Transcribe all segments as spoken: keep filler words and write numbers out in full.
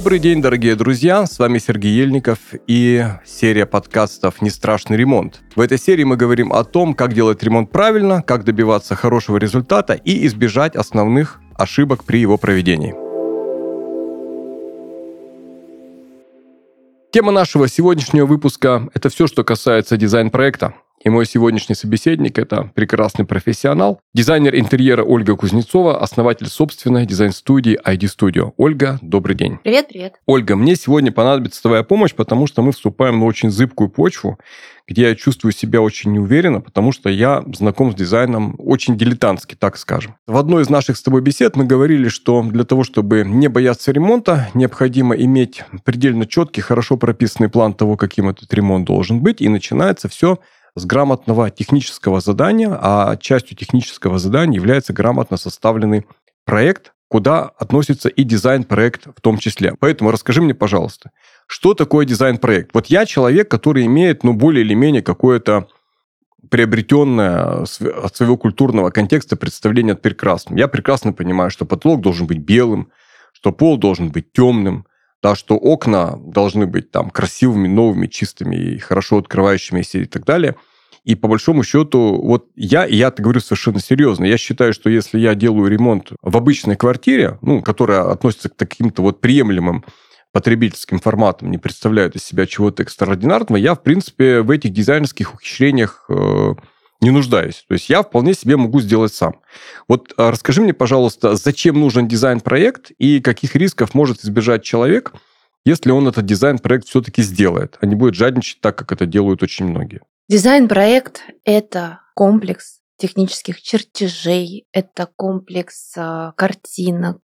Добрый день, дорогие друзья, с вами Сергей Ельников и серия подкастов «Не страшный ремонт». В этой серии мы говорим о том, как делать ремонт правильно, как добиваться хорошего результата и избежать основных ошибок при его проведении. Тема нашего сегодняшнего выпуска – это все, что касается дизайн-проекта. И мой сегодняшний собеседник – это прекрасный профессионал, дизайнер интерьера Ольга Кузнецова, основатель собственной дизайн-студии ай ди Studio. Ольга, добрый день. Привет, привет. Ольга, мне сегодня понадобится твоя помощь, потому что мы вступаем на очень зыбкую почву, где я чувствую себя очень неуверенно, потому что я знаком с дизайном очень дилетантски, так скажем. В одной из наших с тобой бесед мы говорили, что для того, чтобы не бояться ремонта, необходимо иметь предельно четкий, хорошо прописанный план того, каким этот ремонт должен быть, и начинается все с грамотного технического задания, а частью технического задания является грамотно составленный проект, куда относится и дизайн-проект в том числе. Поэтому расскажи мне, пожалуйста, что такое дизайн-проект? Вот я человек, который имеет, ну, более или менее какое-то приобретенное от своего культурного контекста представление от прекрасного. Я прекрасно понимаю, что потолок должен быть белым, что пол должен быть темным, да, что окна должны быть там красивыми, новыми, чистыми и хорошо открывающимися и так далее. И по большому счету, вот я, и я это говорю совершенно серьезно, я считаю, что если я делаю ремонт в обычной квартире, ну, которая относится к каким-то вот приемлемым потребительским форматам, не представляет из себя чего-то экстраординарного, я, в принципе, в этих дизайнерских ухищрениях э, не нуждаюсь. То есть я вполне себе могу сделать сам. Вот расскажи мне, пожалуйста, зачем нужен дизайн-проект и каких рисков может избежать человек, если он этот дизайн-проект все-таки сделает, а не будет жадничать так, как это делают очень многие. Дизайн-проект – это комплекс технических чертежей, это комплекс картинок,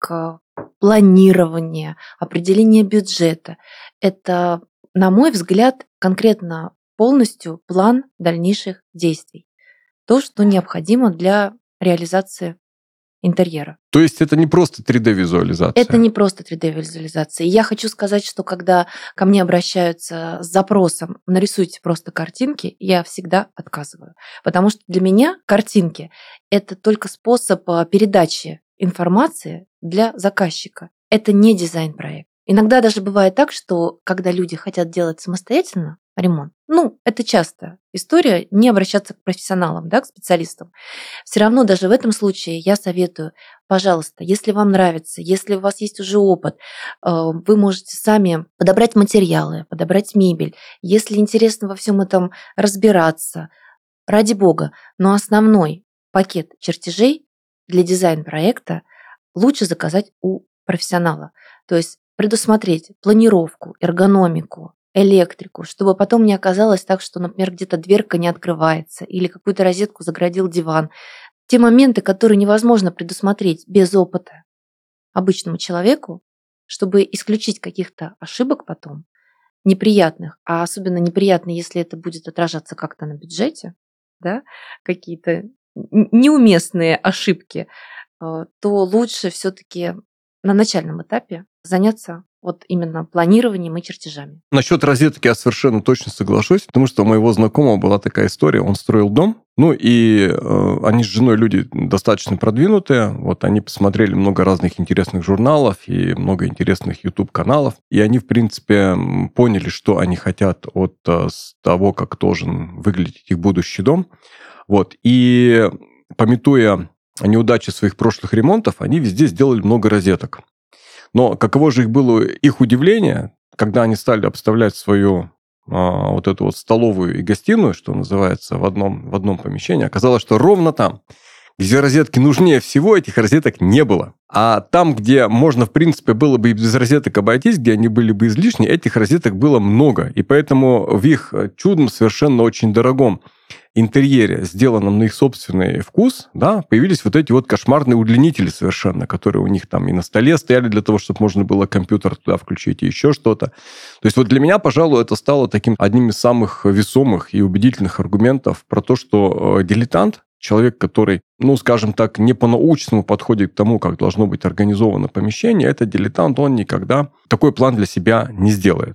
планирования, определения бюджета. Это, на мой взгляд, конкретно полностью план дальнейших действий. То, что необходимо для реализации интерьера. То есть это не просто три дэ-визуализация? Это не просто три дэ-визуализация. И я хочу сказать, что когда ко мне обращаются с запросом «нарисуйте просто картинки», я всегда отказываю. Потому что для меня картинки – это только способ передачи информации для заказчика. Это не дизайн-проект. Иногда даже бывает так, что когда люди хотят делать самостоятельно ремонт, ну, это часто история, не обращаться к профессионалам, да, к специалистам. Все равно даже в этом случае я советую, пожалуйста, если вам нравится, если у вас есть уже опыт, вы можете сами подобрать материалы, подобрать мебель. Если интересно во всем этом разбираться, ради бога, но основной пакет чертежей для дизайн-проекта лучше заказать у профессионала. То есть предусмотреть планировку, эргономику, электрику, чтобы потом не оказалось так, что, например, где-то дверка не открывается или какую-то розетку заградил диван. Те моменты, которые невозможно предусмотреть без опыта обычному человеку, чтобы исключить каких-то ошибок потом, неприятных, а особенно неприятно, если это будет отражаться как-то на бюджете, да, какие-то неуместные ошибки, то лучше все-таки на начальном этапе заняться вот именно планированием и чертежами. Насчет розетки я совершенно точно соглашусь, потому что у моего знакомого была такая история. Он строил дом, ну и э, они с женой люди достаточно продвинутые. Вот они посмотрели много разных интересных журналов и много интересных YouTube-каналов. И они, в принципе, поняли, что они хотят от э, того, как должен выглядеть их будущий дом. Вот. И памятуя о неудаче своих прошлых ремонтов, они везде сделали много розеток. Но каково же их было их удивление, когда они стали обставлять свою а, вот эту вот столовую и гостиную, что называется, в одном, в одном помещении, оказалось, что ровно там, где розетки нужнее всего, этих розеток не было. А там, где можно, в принципе, было бы и без розеток обойтись, где они были бы излишни, этих розеток было много. И поэтому в их чудном, совершенно очень дорогом интерьере, сделанном на их собственный вкус, да, появились вот эти вот кошмарные удлинители совершенно, которые у них там и на столе стояли для того, чтобы можно было компьютер туда включить и еще что-то. То есть вот для меня, пожалуй, это стало таким одним из самых весомых и убедительных аргументов про то, что дилетант, человек, который, ну, скажем так, не по-научному подходит к тому, как должно быть организовано помещение, этот дилетант, он никогда такой план для себя не сделает.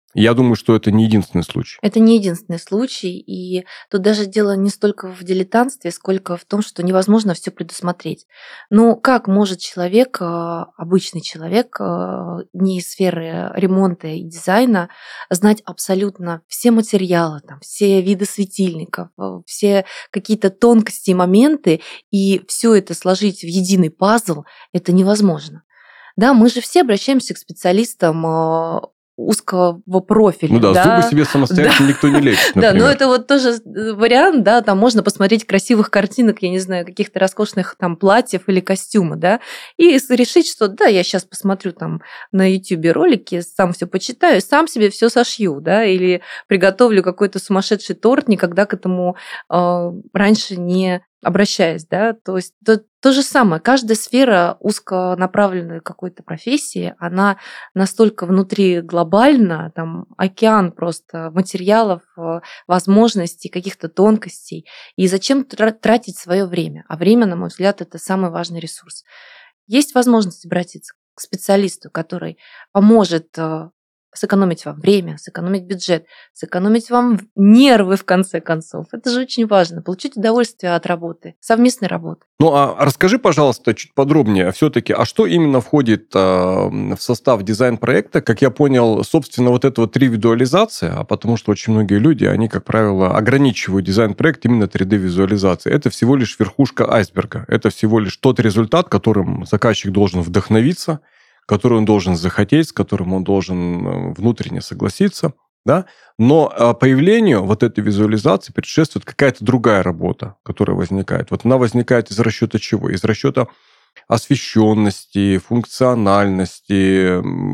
Я думаю, что это не единственный случай. Это не единственный случай, и тут даже дело не столько в дилетантстве, сколько в том, что невозможно все предусмотреть. Ну, как может человек, э, обычный человек, э, не из сферы ремонта и дизайна, знать абсолютно все материалы, там, все виды светильников, э, все какие-то тонкости и моменты, и все это сложить в единый пазл, это невозможно. Да, мы же все обращаемся к специалистам э, узкого профиля. Ну да, да? зубы себе самостоятельно Да. никто не лечит, Да, например. но это вот тоже вариант, да, там можно посмотреть красивых картинок, я не знаю, каких-то роскошных там платьев или костюмов, да, и с- решить, что да, я сейчас посмотрю там на ютубе ролики, сам все почитаю, сам себе все сошью, да, или приготовлю какой-то сумасшедший торт, никогда к этому э, раньше не обращаясь, да, то есть то, то же самое, каждая сфера узконаправленной какой-то профессии, она настолько внутри глобально, там океан просто материалов, э, возможностей, каких-то тонкостей. И зачем тра- тратить свое время? А время, на мой взгляд, это самый важный ресурс. Есть возможность обратиться к специалисту, который поможет э, сэкономить вам время, сэкономить бюджет, сэкономить вам нервы, в конце концов. Это же очень важно. Получить удовольствие от работы, совместной работы. Ну, а расскажи, пожалуйста, чуть подробнее все-таки, а что именно входит а, в состав дизайн-проекта? Как я понял, собственно, вот это вот три визуализации, а потому что очень многие люди, они, как правило, ограничивают дизайн-проект именно три дэ-визуализацией. Это всего лишь верхушка айсберга. Это всего лишь тот результат, которым заказчик должен вдохновиться, который он должен захотеть, с которым он должен э, внутренне согласиться. Да? Но а, появлению вот этой визуализации предшествует какая-то другая работа, которая возникает. Вот она возникает из расчета чего? Из расчета освещенности, функциональности,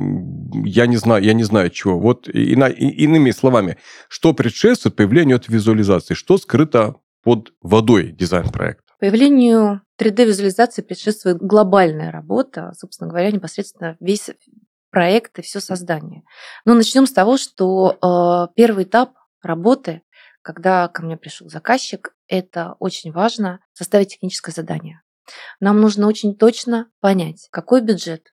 м, я не знаю, я не знаю чего. Вот и, и- и- иными словами, что предшествует появлению этой визуализации? Что скрыто под водой дизайн-проекта? Появлению три дэ-визуализации предшествует глобальная работа, собственно говоря, непосредственно весь проект и все создание. Но начнем с того, что э, первый этап работы, когда ко мне пришел заказчик, это очень важно составить техническое задание. Нам нужно очень точно понять, какой бюджет.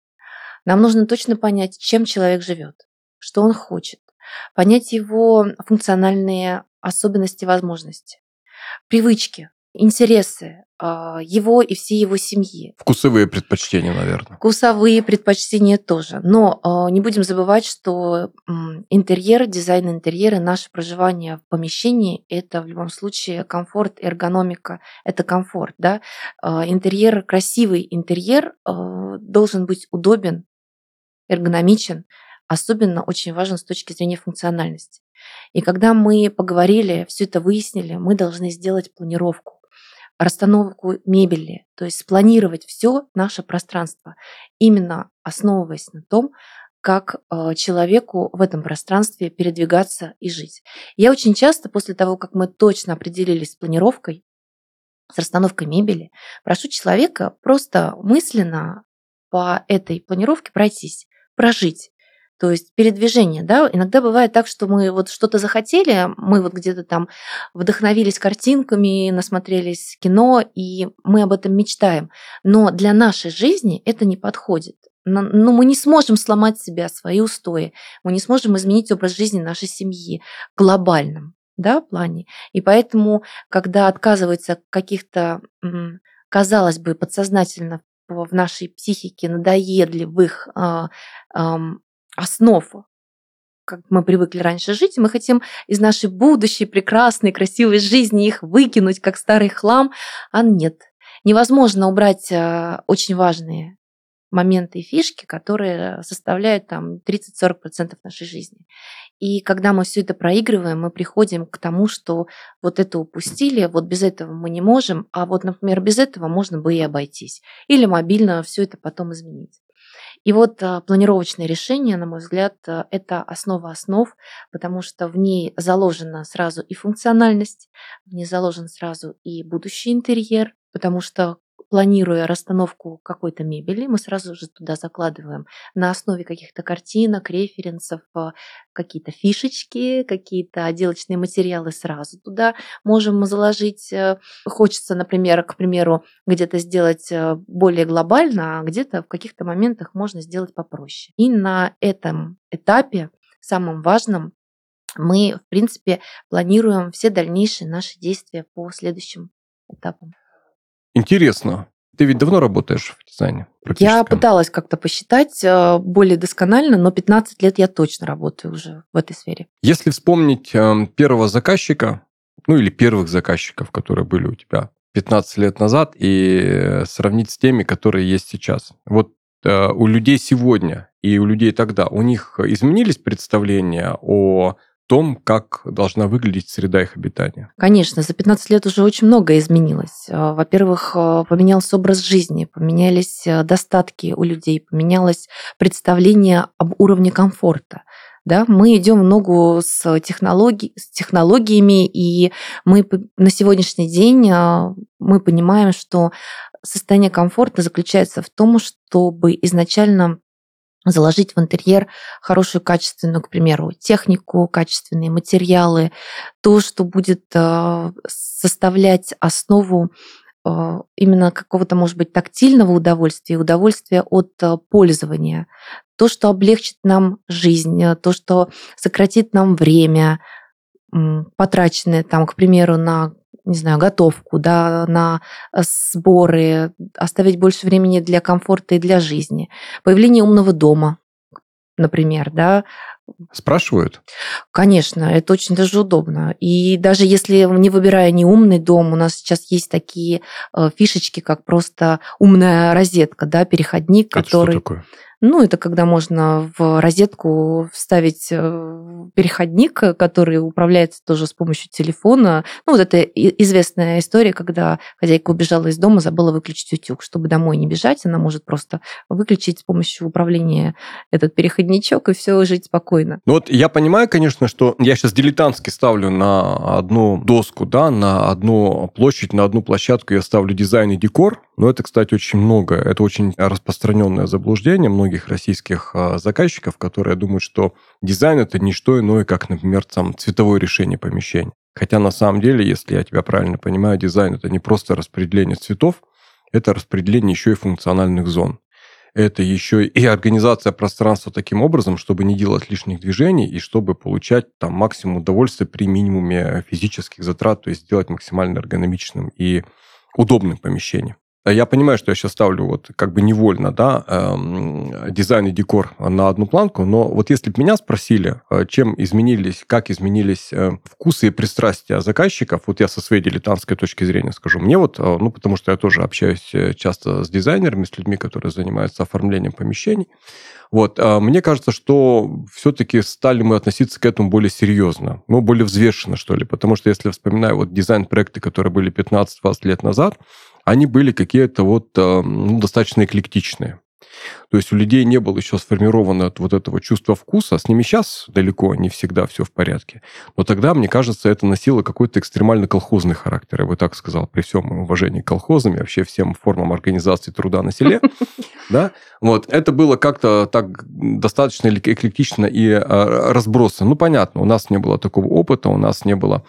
Нам нужно точно понять, чем человек живет, что он хочет, понять его функциональные особенности, возможности, привычки, интересы а, его и всей его семьи. Вкусовые предпочтения, наверное. Вкусовые предпочтения тоже. Но а, не будем забывать, что м, интерьер, дизайн интерьера, наше проживание в помещении – это в любом случае комфорт, эргономика – это комфорт. Да? А, Интерьер, красивый интерьер а, должен быть удобен, эргономичен, особенно очень важен с точки зрения функциональности. И когда мы поговорили, все это выяснили, мы должны сделать планировку, расстановку мебели, то есть спланировать все наше пространство, именно основываясь на том, как э, человеку в этом пространстве передвигаться и жить. Я очень часто после того, как мы точно определились с планировкой, с расстановкой мебели, прошу человека просто мысленно по этой планировке пройтись, прожить. То есть передвижение, да, иногда бывает так, что мы вот что-то захотели, мы вот где-то там вдохновились картинками, насмотрелись кино, и мы об этом мечтаем. Но для нашей жизни это не подходит. Но ну, мы не сможем сломать себя, свои устои, мы не сможем изменить образ жизни нашей семьи в глобальном, да, плане. И поэтому, когда отказываются от каких-то, м, казалось бы, подсознательно в в нашей психике надоедливых а, ам, основ, как мы привыкли раньше жить, и мы хотим из нашей будущей прекрасной, красивой жизни их выкинуть, как старый хлам, а нет. Невозможно убрать а, очень важные моменты и фишки, которые составляют там тридцать-сорок процентов нашей жизни. И когда мы все это проигрываем, мы приходим к тому, что вот это упустили, вот без этого мы не можем, а вот, например, без этого можно бы и обойтись. Или мобильно все это потом изменить. И вот а, планировочное решение, на мой взгляд, а, это основа основ, потому что в ней заложена сразу и функциональность, в ней заложен сразу и будущий интерьер, потому что планируя расстановку какой-то мебели, мы сразу же туда закладываем на основе каких-то картинок, референсов, а, какие-то фишечки, какие-то отделочные материалы сразу туда можем заложить. э, Хочется, например, к примеру, где-то сделать э, более глобально, а где-то в каких-то моментах можно сделать попроще. И на этом этапе самым важным, мы, в принципе, планируем все дальнейшие наши действия по следующим этапам. Интересно. Ты ведь давно работаешь в дизайне? Я пыталась как-то посчитать более досконально, но пятнадцать лет я точно работаю уже в этой сфере. Если вспомнить первого заказчика, ну или первых заказчиков, которые были у тебя пятнадцать лет назад, и сравнить с теми, которые есть сейчас. Вот у людей сегодня и у людей тогда, у них изменились представления о том, как должна выглядеть среда их обитания? Конечно, за пятнадцать лет уже очень многое изменилось. Во-первых, поменялся образ жизни, поменялись достатки у людей, поменялось представление об уровне комфорта. Да, мы идем в ногу с, технологи... с технологиями, и мы на сегодняшний день мы понимаем, что состояние комфорта заключается в том, чтобы изначально заложить в интерьер хорошую, качественную, к примеру, технику, качественные материалы, то, что будет составлять основу именно какого-то, может быть, тактильного удовольствия, удовольствия от пользования, то, что облегчит нам жизнь, то, что сократит нам время, потраченное, там, к примеру, на, не знаю, готовку, да, на сборы, оставить больше времени для комфорта и для жизни. Появление умного дома, например, да. Спрашивают? Конечно, это очень даже удобно. И даже если не выбирая не умный дом, у нас сейчас есть такие фишечки, как просто умная розетка, да, переходник, это который... Что такое? Ну, это когда можно в розетку вставить переходник, который управляется тоже с помощью телефона. Ну, вот это известная история, когда хозяйка убежала из дома, забыла выключить утюг. Чтобы домой не бежать, она может просто выключить с помощью управления этот переходничок и все, жить спокойно. Ну вот я понимаю, конечно, что я сейчас дилетантски ставлю на одну доску, да, на одну площадь, на одну площадку я ставлю дизайн и декор. Но это, кстати, очень много. Это очень распространенное заблуждение многих российских заказчиков, которые думают, что дизайн – это не что иное, как, например, там, цветовое решение помещения. Хотя на самом деле, если я тебя правильно понимаю, дизайн – это не просто распределение цветов, это распределение еще и функциональных зон. Это еще и организация пространства таким образом, чтобы не делать лишних движений и чтобы получать там максимум удовольствия при минимуме физических затрат, то есть сделать максимально эргономичным и удобным помещение. Я понимаю, что я сейчас ставлю вот как бы невольно, да, э, дизайн и декор на одну планку, но вот если бы меня спросили, чем изменились, как изменились э, вкусы и пристрастия заказчиков, вот я со своей дилетантской точки зрения скажу, мне вот, э, ну, потому что я тоже общаюсь часто с дизайнерами, с людьми, которые занимаются оформлением помещений, вот, э, мне кажется, что все-таки стали мы относиться к этому более серьезно, ну, более взвешенно, что ли, потому что если я вспоминаю вот дизайн-проекты, которые были пятнадцать-двадцать лет назад, они были какие-то вот ну, достаточно эклектичные. То есть у людей не было еще сформировано вот этого чувства вкуса. С ними сейчас далеко не всегда все в порядке. Но тогда, мне кажется, это носило какой-то экстремально колхозный характер. Я бы так сказал, при всем моем уважении к колхозам и вообще всем формам организации труда на селе. Да? Вот. Это было как-то так достаточно эклектично и разбросано. Ну, понятно, у нас не было такого опыта, у нас не было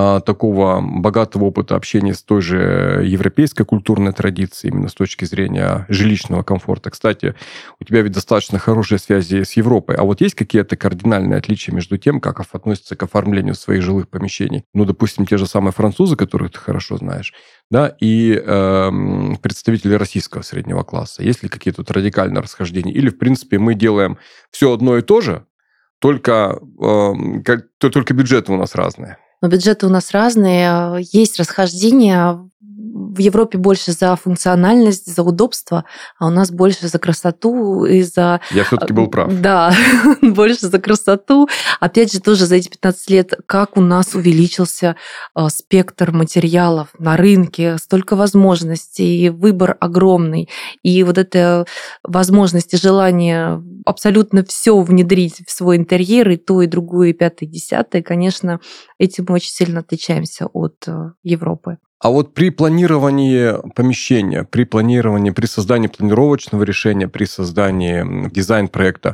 такого богатого опыта общения с той же европейской культурной традицией, именно с точки зрения жилищного комфорта. Кстати, у тебя ведь достаточно хорошие связи с Европой. А вот есть какие-то кардинальные отличия между тем, как относятся к оформлению своих жилых помещений? Ну, допустим, те же самые французы, которых ты хорошо знаешь, да, и э, представители российского среднего класса. Есть ли какие-то тут радикальные расхождения? Или, в принципе, мы делаем все одно и то же, только, э, как, только бюджеты у нас разные? Но бюджеты у нас разные, есть расхождения. В Европе больше за функциональность, за удобство, а у нас больше за красоту и за... Я все-таки был прав. Да, больше за красоту. Опять же, тоже за эти пятнадцать лет, как у нас увеличился спектр материалов на рынке, столько возможностей, выбор огромный. И вот эта возможность и желание абсолютно все внедрить в свой интерьер, и то, и другое, и пятое, и десятое, конечно, этим мы очень сильно отличаемся от Европы. А вот при планировании помещения, при планировании, при создании планировочного решения, при создании дизайн-проекта,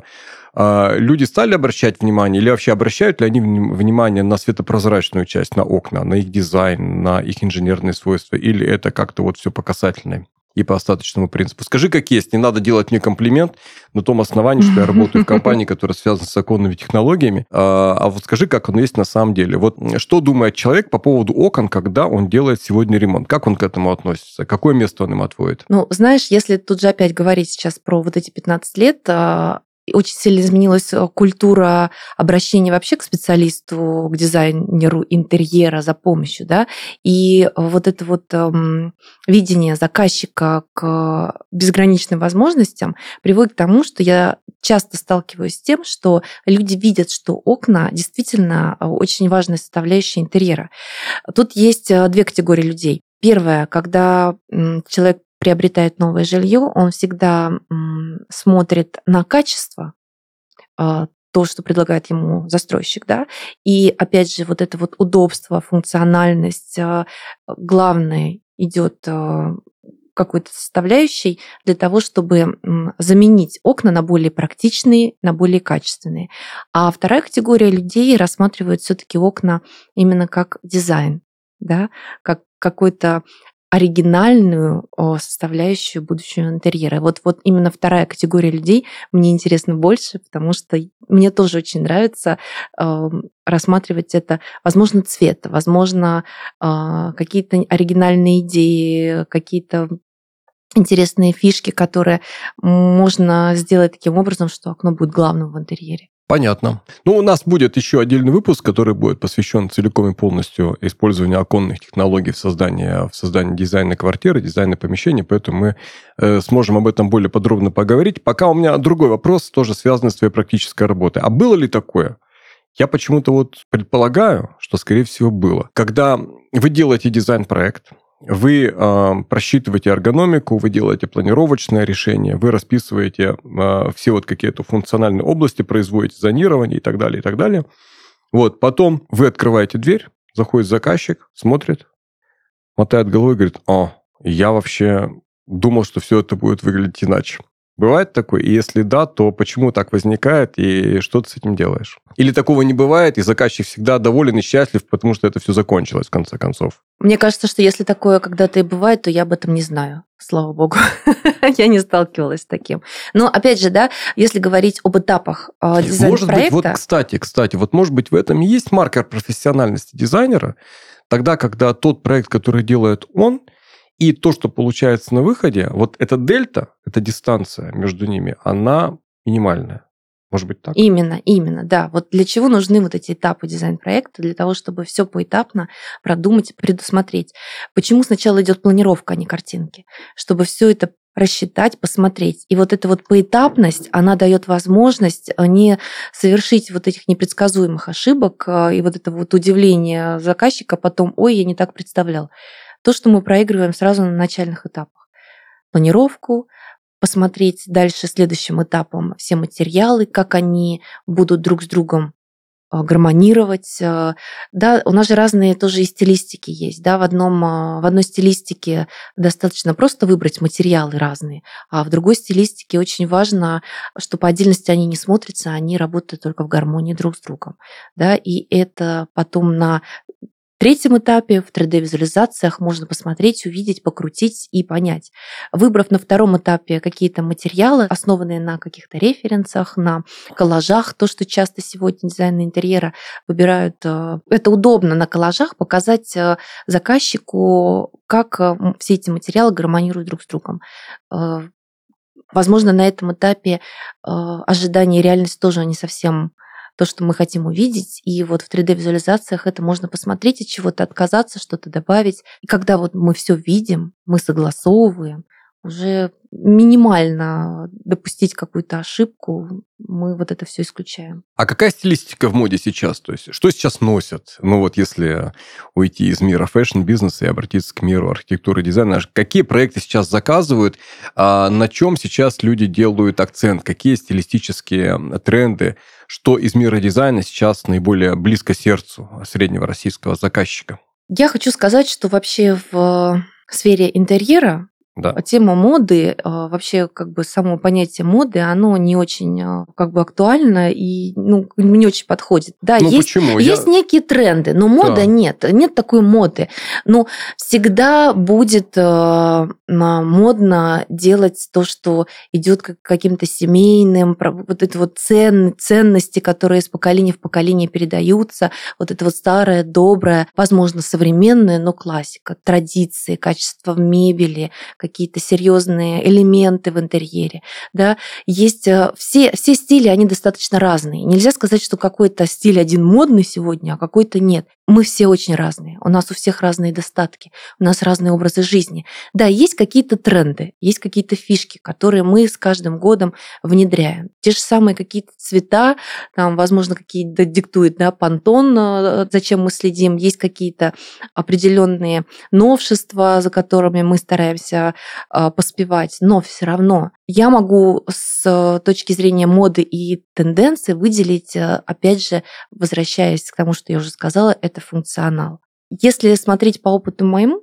люди стали обращать внимание, или вообще обращают ли они внимание на светопрозрачную часть, на окна, на их дизайн, на их инженерные свойства, или это как-то вот все по касательной и по остаточному принципу. Скажи, как есть, не надо делать мне комплимент на том основании, что я работаю в компании, которая связана с оконными технологиями, а, а вот скажи, как оно есть на самом деле. Вот что думает человек по поводу окон, когда он делает сегодня ремонт? Как он к этому относится? Какое место он им отводит? Ну, знаешь, если тут же опять говорить сейчас про вот эти пятнадцать лет, очень сильно изменилась культура обращения вообще к специалисту, к дизайнеру интерьера за помощью, да, и вот это вот эм, видение заказчика к безграничным возможностям приводит к тому, что я часто сталкиваюсь с тем, что люди видят, что окна действительно очень важная составляющая интерьера. Тут есть две категории людей. Первое, когда человек приобретает новое жилье, он всегда смотрит на качество, то, что предлагает ему застройщик, да, и опять же вот это вот удобство, функциональность, главное идет какой-то составляющей для того, чтобы заменить окна на более практичные, на более качественные. А вторая категория людей рассматривает все-таки окна именно как дизайн, да, как какой-то оригинальную составляющую будущего интерьера. Вот, вот именно вторая категория людей мне интересна больше, потому что мне тоже очень нравится э, рассматривать это, возможно, цвет, возможно, э, какие-то оригинальные идеи, какие-то интересные фишки, которые можно сделать таким образом, что окно будет главным в интерьере. Понятно. Ну, у нас будет еще отдельный выпуск, который будет посвящен целиком и полностью использованию оконных технологий в создании, в создании дизайна квартиры, дизайна помещений, поэтому мы э, сможем об этом более подробно поговорить. Пока у меня другой вопрос, тоже связанный с твоей практической работой. А было ли такое? Я почему-то вот предполагаю, что, скорее всего, было. Когда вы делаете дизайн-проект, вы э, просчитываете эргономику, вы делаете планировочное решение, вы расписываете э, все вот какие-то функциональные области, производите зонирование и так далее, и так далее. Вот, потом вы открываете дверь, заходит заказчик, смотрит, мотает головой и говорит: «О, я вообще думал, что все это будет выглядеть иначе». Бывает такое? И если да, то почему так возникает и что ты с этим делаешь? Или такого не бывает, и заказчик всегда доволен и счастлив, потому что это все закончилось в конце концов? Мне кажется, что если такое когда-то и бывает, то я об этом не знаю. Слава богу. Я не сталкивалась с таким. Но, опять же, да, если говорить об этапах дизайн-проекта... Может быть, вот, кстати, кстати, вот может быть в этом и есть маркер профессиональности дизайнера, тогда, когда тот проект, который делает он, и то, что получается на выходе, вот эта дельта, эта дистанция между ними, она минимальная. Может быть так? Именно, именно, да. Вот для чего нужны вот эти этапы дизайн-проекта? Для того, чтобы все поэтапно продумать, предусмотреть. Почему сначала идет планировка, а не картинки? Чтобы все это рассчитать, посмотреть. И вот эта вот поэтапность, она дает возможность не совершить вот этих непредсказуемых ошибок и вот это вот удивление заказчика потом: ой, я не так представлял. То, что мы проигрываем сразу на начальных этапах. Планировку, посмотреть дальше следующим этапом все материалы, как они будут друг с другом гармонировать. Да, у нас же разные тоже и стилистики есть. Да? В, одном, в одной стилистике достаточно просто выбрать материалы разные, а в другой стилистике очень важно, что по отдельности они не смотрятся, они работают только в гармонии друг с другом. Да? И это потом на В третьем этапе в три дэ-визуализациях можно посмотреть, увидеть, покрутить и понять. Выбрав на втором этапе какие-то материалы, основанные на каких-то референсах, на коллажах, то, что часто сегодня дизайнеры интерьера выбирают, это удобно на коллажах показать заказчику, как все эти материалы гармонируют друг с другом. Возможно, на этом этапе ожидание и реальность тоже не совсем то, что мы хотим увидеть. И вот в три дэ-визуализациях это можно посмотреть, от чего-то отказаться, что-то добавить. И когда вот мы все видим, мы согласовываем, уже минимально допустить какую-то ошибку, мы вот это все исключаем. А какая стилистика в моде сейчас? То есть, что сейчас носят? Ну вот если уйти из мира фэшн-бизнеса и обратиться к миру архитектуры и дизайна, какие проекты сейчас заказывают? А на чем сейчас люди делают акцент? Какие стилистические тренды? Что из мира дизайна сейчас наиболее близко сердцу среднего российского заказчика? Я хочу сказать, что вообще в сфере интерьера Да. Тема моды, вообще как бы само понятие моды, оно не очень как бы актуально и ну, не очень подходит. Да, ну, есть, почему? есть Я... некие тренды, но мода да. нет. Нет такой моды. Но всегда будет модно делать то, что идет к каким-то семейным, вот это вот цен, ценности, которые из поколения в поколение передаются, вот это вот старое, доброе, возможно, современное, но классика, традиции, качество мебели, какие-то серьезные элементы в интерьере. Да? Есть все, все стили, они достаточно разные. Нельзя сказать, что какой-то стиль один модный сегодня, а какой-то нет. Мы все очень разные. У нас у всех разные достатки, у нас разные образы жизни. Да, есть какие-то тренды, есть какие-то фишки, которые мы с каждым годом внедряем. Те же самые какие-то цвета, там, возможно, какие-то диктует, да, Pantone, зачем мы следим. Есть какие-то определенные новшества, за которыми мы стараемся поспевать, но все равно я могу с точки зрения моды и тенденций выделить, опять же, возвращаясь к тому, что я уже сказала, это функционал. Если смотреть по опыту моему,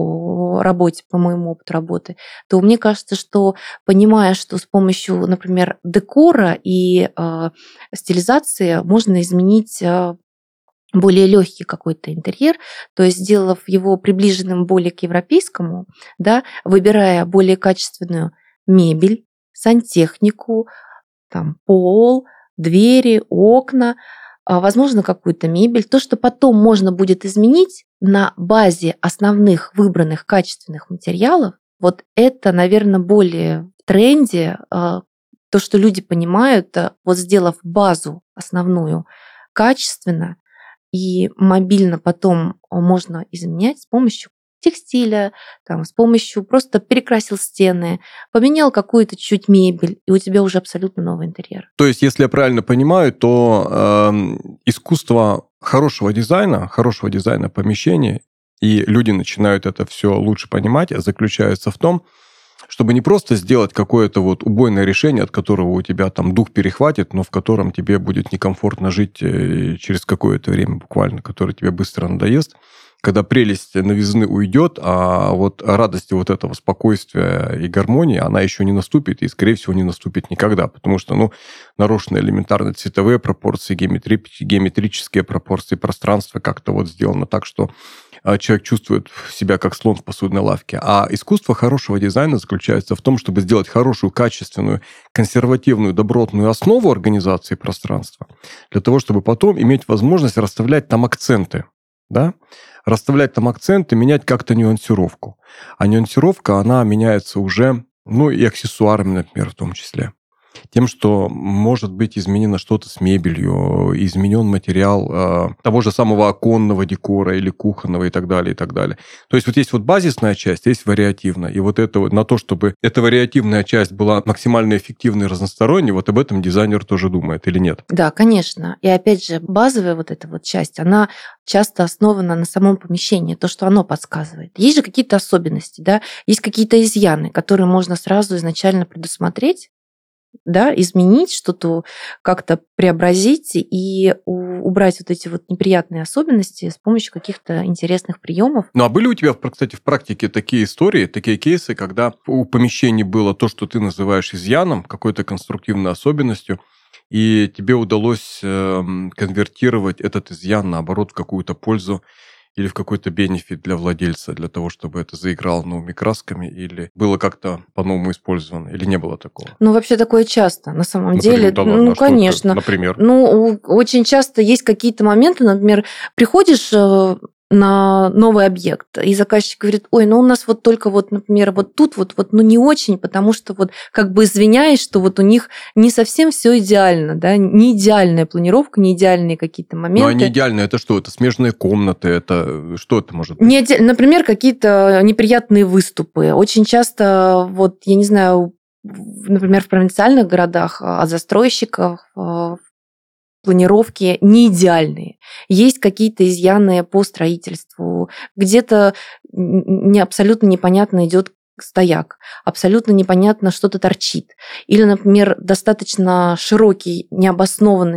по работе, по моему опыту работы, то мне кажется, что понимая, что с помощью, например, декора и э, стилизации можно изменить э, более легкий какой-то интерьер, то есть сделав его приближенным более к европейскому, да, выбирая более качественную мебель, сантехнику, там, пол, двери, окна, возможно, какую-то мебель, то, что потом можно будет изменить на базе основных выбранных качественных материалов, вот это, наверное, более в тренде, то, что люди понимают, вот сделав базу основную качественно, и мобильно потом можно изменять с помощью текстиля, там, с помощью просто перекрасил стены, поменял какую-то чуть мебель, и у тебя уже абсолютно новый интерьер. То есть, если я правильно понимаю, то э, искусство хорошего дизайна, хорошего дизайна помещений, и люди начинают это все лучше понимать, заключается в том, чтобы не просто сделать какое-то вот убойное решение, от которого у тебя там дух перехватит, но в котором тебе будет некомфортно жить через какое-то время буквально, которое тебе быстро надоест, когда прелесть новизны уйдет, а вот радости вот этого спокойствия и гармонии, она еще не наступит, и, скорее всего, не наступит никогда, потому что, ну, нарушены элементарно цветовые пропорции, геометри... геометрические пропорции пространства как-то вот сделано так, что человек чувствует себя как слон в посудной лавке. А искусство хорошего дизайна заключается в том, чтобы сделать хорошую, качественную, консервативную, добротную основу организации пространства, для того, чтобы потом иметь возможность расставлять там акценты, да? Расставлять там акценты, менять как-то нюансировку. А нюансировка, она меняется уже, ну, и аксессуарами, например, в том числе. Тем, что может быть изменено что-то с мебелью, изменен материал э, того же самого оконного декора или кухонного и так далее, и так далее. То есть вот есть вот базисная часть, есть вариативная. И вот это вот на то, чтобы эта вариативная часть была максимально эффективной и разносторонней, вот об этом дизайнер тоже думает или нет? Да, конечно. И опять же, базовая вот эта вот часть, она часто основана на самом помещении, то, что оно подсказывает. Есть же какие-то особенности, да, есть какие-то изъяны, которые можно сразу изначально предусмотреть, да, изменить что-то, как-то преобразить и убрать вот эти вот неприятные особенности с помощью каких-то интересных приемов. Ну, а были у тебя, кстати, в практике такие истории, такие кейсы, когда у помещений было то, что ты называешь изъяном, какой-то конструктивной особенностью, и тебе удалось конвертировать этот изъян, наоборот, в какую-то пользу или в какой-то бенефит для владельца, для того, чтобы это заиграло новыми красками, или было как-то по-новому использовано, или не было такого? Ну, вообще такое часто, на самом например, деле. Да ладно, ну, а конечно. Это, например? Ну, очень часто есть какие-то моменты, например, приходишь на новый объект, и заказчик говорит: ой, ну у нас вот только вот, например, вот тут вот, вот ну не очень, потому что вот как бы извиняюсь, что вот у них не совсем все идеально, да, не идеальная планировка, не идеальные какие-то моменты. Ну, а не идеально, это что? Это смежные комнаты, это что это может быть? Не иде... Например, какие-то неприятные выступы. Очень часто, вот, я не знаю, например, в провинциальных городах от застройщиков планировки не идеальные. Есть какие-то изъяны по строительству. Где-то не, абсолютно непонятно идет стояк. Абсолютно непонятно, что-то торчит. Или, например, достаточно широкий, необоснованно,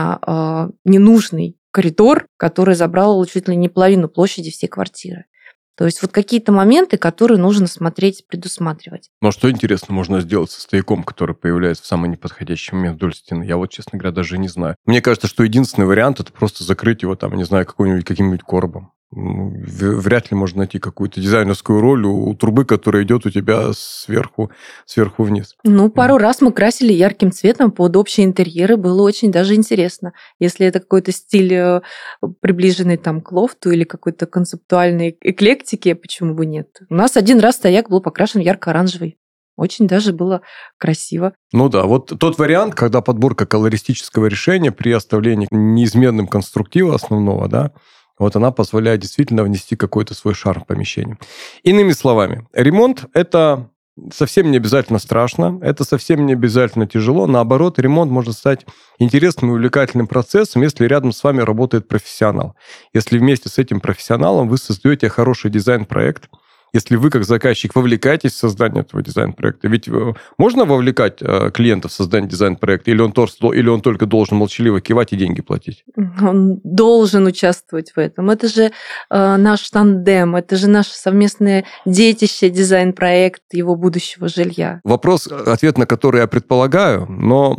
неудобно, ненужный коридор, который забрал чуть ли не половину площади всей квартиры. То есть вот какие-то моменты, которые нужно смотреть, предусматривать. Но что интересно можно сделать со стояком, который появляется в самый неподходящий момент вдоль стены? Я вот, честно говоря, даже не знаю. Мне кажется, что единственный вариант – это просто закрыть его там, не знаю, какой-нибудь, каким-нибудь коробом. Вряд ли можно найти какую-то дизайнерскую роль у, у трубы, которая идет у тебя сверху, сверху вниз. Ну, пару mm. раз мы красили ярким цветом под общие интерьеры. Было очень даже интересно. Если это какой-то стиль, приближенный там к лофту или какой-то концептуальной эклектике, почему бы нет? У нас один раз стояк был покрашен ярко-оранжевый. Очень даже было красиво. Ну да, вот тот вариант, когда подборка колористического решения при оставлении неизменным конструктива основного, да, вот она позволяет действительно внести какой-то свой шарм в помещение. Иными словами, ремонт – это совсем не обязательно страшно, это совсем не обязательно тяжело. Наоборот, ремонт может стать интересным и увлекательным процессом, если рядом с вами работает профессионал. Если вместе с этим профессионалом вы создаете хороший дизайн-проект, если вы, как заказчик, вовлекаетесь в создание этого дизайн-проекта. Ведь можно вовлекать клиента в создание дизайн-проекта, или он, или он только должен молчаливо кивать и деньги платить? Он должен участвовать в этом. Это же э, наш тандем, это же наше совместное детище, дизайн-проект его будущего жилья. Вопрос, ответ на который я предполагаю, но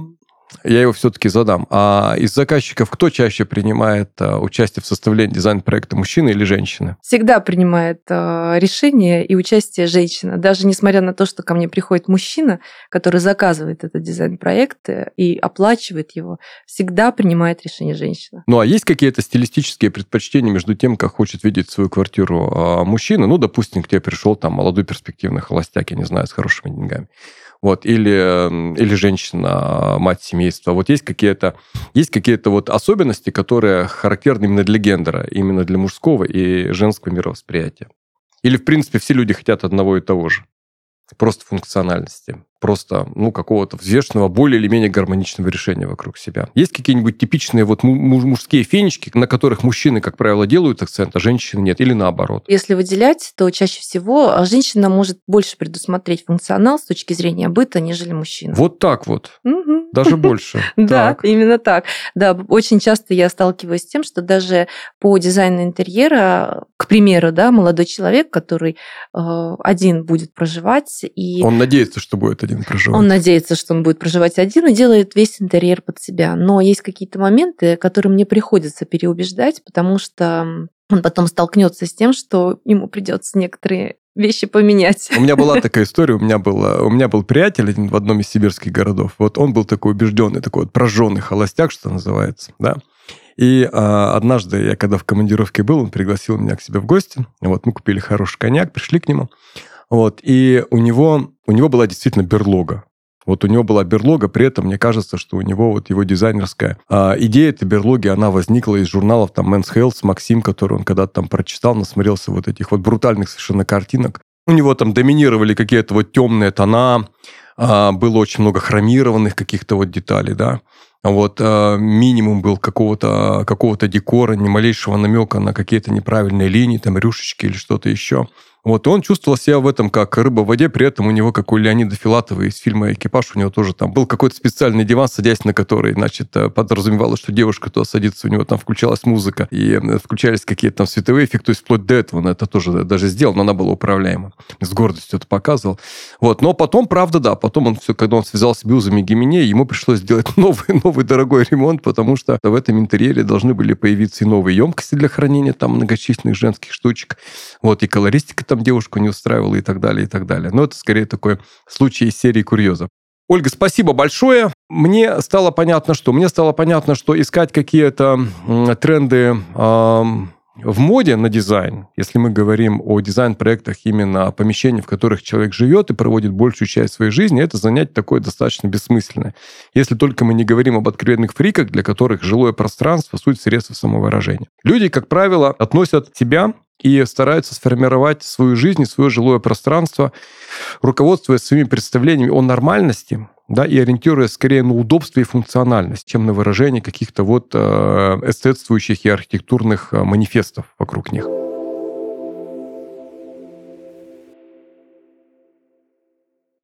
я его все-таки задам. А из заказчиков кто чаще принимает а, участие в составлении дизайн-проекта, мужчина или женщина? Всегда принимает а, решение и участие женщина. Даже несмотря на то, что ко мне приходит мужчина, который заказывает этот дизайн-проект и оплачивает его, всегда принимает решение женщина. Ну, а есть какие-то стилистические предпочтения между тем, как хочет видеть свою квартиру а, мужчина? Ну, допустим, к тебе пришел там молодой перспективный холостяк, я не знаю, с хорошими деньгами. Вот, или, или женщина, мать семейства. Вот есть какие-то, есть какие-то вот особенности, которые характерны именно для гендера, именно для мужского и женского мировосприятия? Или, в принципе, все люди хотят одного и того же? Просто функциональности, просто, ну, какого-то взвешенного, более или менее гармоничного решения вокруг себя. Есть какие-нибудь типичные вот мужские фенечки, на которых мужчины, как правило, делают акцент, а женщины нет, или наоборот? Если выделять, то чаще всего женщина может больше предусмотреть функционал с точки зрения быта, нежели мужчина. Вот так вот. Угу. Даже больше. Да, именно так. Да, очень часто я сталкиваюсь с тем, что даже по дизайну интерьера, к примеру, да, молодой человек, который один будет проживать, и он надеется, что будет один проживать. Он надеется, что он будет проживать один и делает весь интерьер под себя. Но есть какие-то моменты, которые мне приходится переубеждать, потому что он потом столкнется с тем, что ему придется некоторые вещи поменять. У меня была такая история, у меня был, у меня был приятель в одном из сибирских городов. Вот он был такой убежденный, такой вот прожженный холостяк, что называется, да. И а, однажды я, когда в командировке был, он пригласил меня к себе в гости. Вот мы купили хороший коньяк, пришли к нему. Вот, и у него, у него была действительно берлога. Вот у него была берлога, при этом мне кажется, что у него вот его дизайнерская а, идея этой берлоги, она возникла из журналов там Men's Health, Максим, который он когда-то там прочитал, насмотрелся вот этих вот брутальных совершенно картинок. У него там доминировали какие-то вот темные тона, а, было очень много хромированных каких-то вот деталей, да. Вот а, минимум был какого-то, какого-то декора, ни малейшего намека на какие-то неправильные линии, там рюшечки или что-то еще. Вот, он чувствовал себя в этом как рыба в воде, при этом у него, как у Леонида Филатова из фильма «Экипаж», у него тоже там был какой-то специальный диван, садясь на который, значит, подразумевалось, что девушка туда садится, у него там включалась музыка, и включались какие-то там световые эффекты, то есть вплоть до этого он это тоже даже сделал, но она была управляема. С гордостью это показывал. Вот, но потом, правда, да, потом он все, когда он связался с бюзами Гименей, ему пришлось сделать новый, новый дорогой ремонт, потому что в этом интерьере должны были появиться и новые емкости для хранения там многочисленных женских штучек, вот, и колористика там девушку не устраивала и так далее, и так далее. Но это скорее такой случай из серии курьезов. Ольга, спасибо большое. Мне стало понятно, что... Мне стало понятно, что искать какие-то тренды э, в моде на дизайн, если мы говорим о дизайн-проектах именно о помещениях, в которых человек живет и проводит большую часть своей жизни, это занятие такое достаточно бессмысленное. Если только мы не говорим об откровенных фриках, для которых жилое пространство – суть средства самовыражения. Люди, как правило, относят себя и стараются сформировать свою жизнь и свое жилое пространство, руководствуясь своими представлениями о нормальности, да, и ориентируясь скорее на удобство и функциональность, чем на выражение каких-то вот эстетствующих и архитектурных манифестов вокруг них.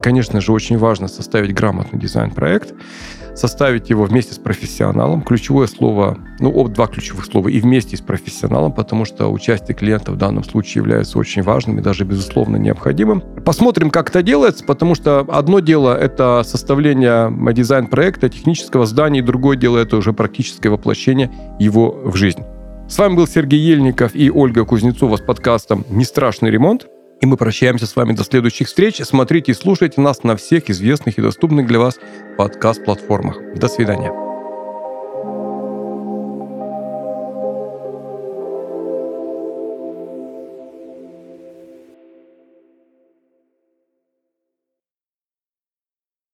конечно же, очень важно составить грамотный дизайн-проект, составить его вместе с профессионалом. Ключевое слово, ну, об два ключевых слова, и вместе с профессионалом, потому что участие клиента в данном случае является очень важным и даже, безусловно, необходимым. Посмотрим, как это делается, потому что одно дело — это составление дизайн-проекта, технического здания, и другое дело — это уже практическое воплощение его в жизнь. С вами был Сергей Ельников и Ольга Кузнецова с подкастом «Не страшный ремонт». И мы прощаемся с вами до следующих встреч. Смотрите и слушайте нас на всех известных и доступных для вас подкаст-платформах. До свидания.